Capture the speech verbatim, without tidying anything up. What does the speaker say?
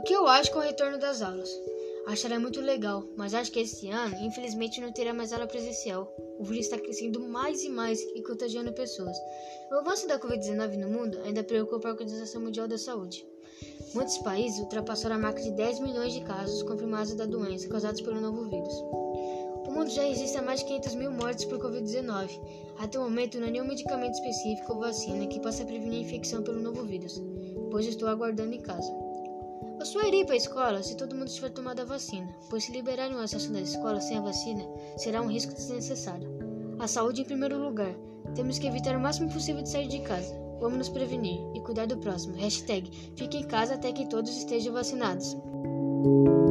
que eu acho com o retorno das aulas? Acharei muito legal, mas acho que esse ano, infelizmente, não terá mais aula presencial. O vírus está crescendo mais e mais e contagiando pessoas. O avanço da covid dezenove no mundo ainda preocupa a Organização Mundial da Saúde. Muitos países ultrapassaram a marca de dez milhões de casos confirmados da doença causados pelo novo vírus. O mundo já registra mais de quinhentas mil mortes por covid dezenove. Até o momento, não há nenhum medicamento específico ou vacina que possa prevenir a infecção pelo novo vírus, pois estou aguardando em casa. Eu só irei para a escola se todo mundo tiver tomado a vacina, pois se liberarem o acesso das escolas sem a vacina, será um risco desnecessário. A saúde em primeiro lugar. Temos que evitar o máximo possível de sair de casa. Vamos nos prevenir e cuidar do próximo. Hashtag Fique em casa até que todos estejam vacinados.